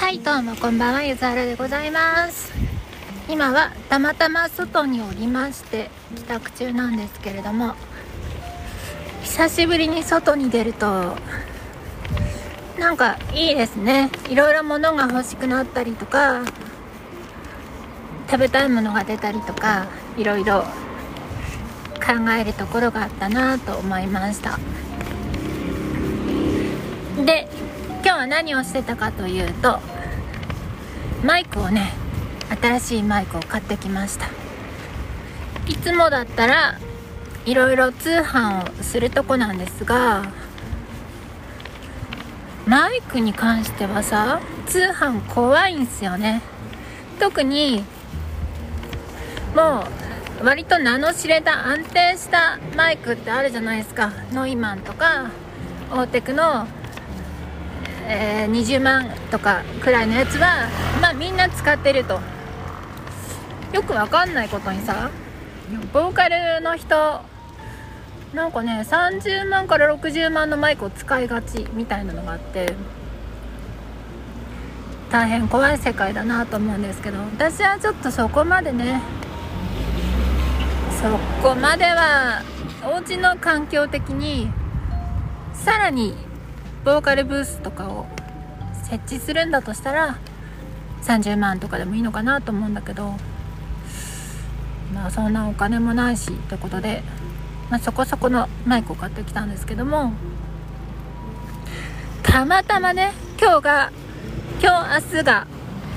はい、どうもこんばんは、ゆずはるでございます。今はたまたま外におりまして帰宅中なんですけれども、久しぶりに外に出るとなんかいいですね。いろいろ物が欲しくなったりとか、食べたいものが出たりとか、いろいろ考えるところがあったなと思いました。で、今日は何をしてたかというと、マイクをね、新しいマイクを買ってきました。いつもだったらいろいろ通販をするとこなんですが、マイクに関してはさ、通販怖いんすよね。特にもう割と名の知れた安定したマイクってあるじゃないですか。ノイマンとかオーテクの20万とかくらいのやつはみんな使ってると。よくわかんないことにさ、ボーカルの人なんかね、30万から60万のマイクを使いがちみたいなのがあって、大変怖い世界だなと思うんですけど、私はちょっとそこまではお家の環境的にさらにボーカルブースとかを設置するんだとしたら30万とかでもいいのかなと思うんだけど、そんなお金もないしってことで、そこそこのマイクを買ってきたんですけども、たまたまね、今日明日が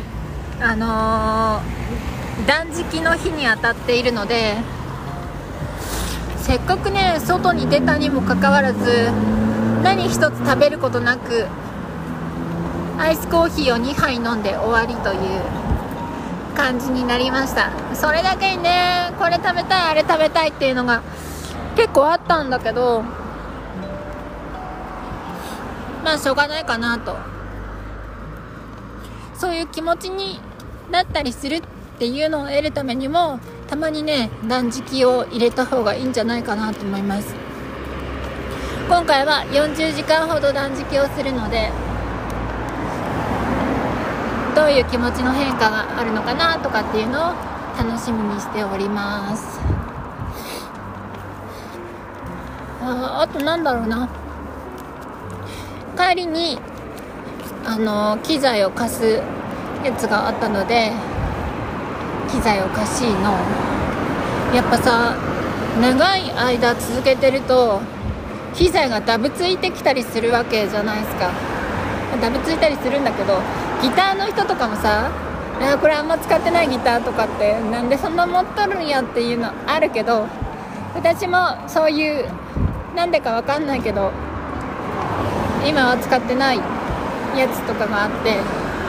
断食の日に当たっているので、せっかくね外に出たにもかかわらず何一つ食べることなくアイスコーヒーを2杯飲んで終わりという感じになりました。それだけにね、これ食べたいあれ食べたいっていうのが結構あったんだけど、しょうがないかなと。そういう気持ちになったりするっていうのを得るためにも、たまにね断食を入れた方がいいんじゃないかなと思います。今回は40時間ほど断食をするので、どういう気持ちの変化があるのかなとかっていうのを楽しみにしております。あとなんだろうな、帰りに機材を貸すやつがあったので、機材を貸しのやっぱさ、長い間続けてると機材がダブついてきたりするわけじゃないですか。ダブついたりするんだけど、ギターの人とかもさ、これあんま使ってないギターとかってなんでそんな持っとるんやっていうのあるけど、私もそういうなんでかわかんないけど今は使ってないやつとかがあって、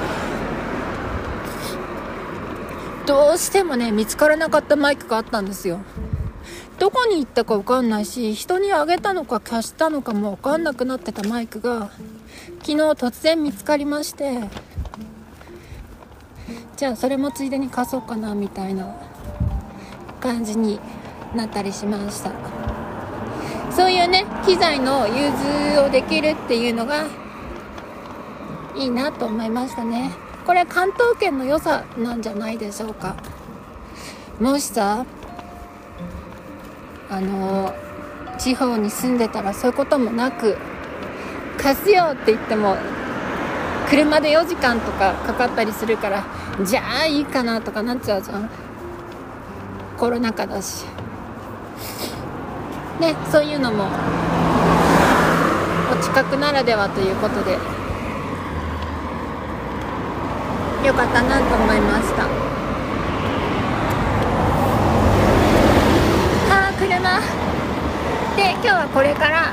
どうしてもね見つからなかったマイクがあったんですよ。どこに行ったか分かんないし、人にあげたのか貸したのかも分かんなくなってたマイクが昨日突然見つかりまして、じゃあそれもついでに貸そうかなみたいな感じになったりしました。そういうね機材の融通をできるっていうのがいいなと思いましたね。これ関東圏の良さなんじゃないでしょうか。もしさ地方に住んでたらそういうこともなく、貸すよって言っても車で4時間とかかかったりするから、じゃあいいかなとかなっちゃうじゃん。コロナ禍だしね。そういうのもお近くならではということでよかったなと思いました。車で、今日はこれから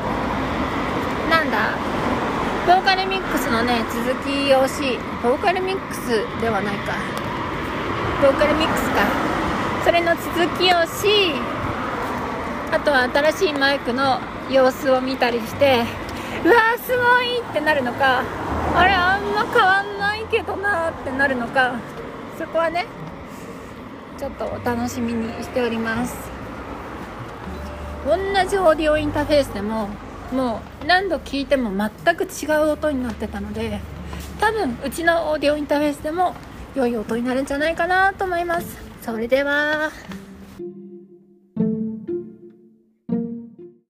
ボーカルミックスのね続きをボーカルミックスではないか、ボーカルミックスか、それの続きをあとは新しいマイクの様子を見たりして、うわーすごいってなるのか、あれあんま変わんないけどなってなるのか、そこはねちょっとお楽しみにしております。同じオーディオインターフェースでももう何度聞いても全く違う音になってたので、 多分うちのオーディオインターフェースでも良い音になるんじゃないかなと思います。それでは。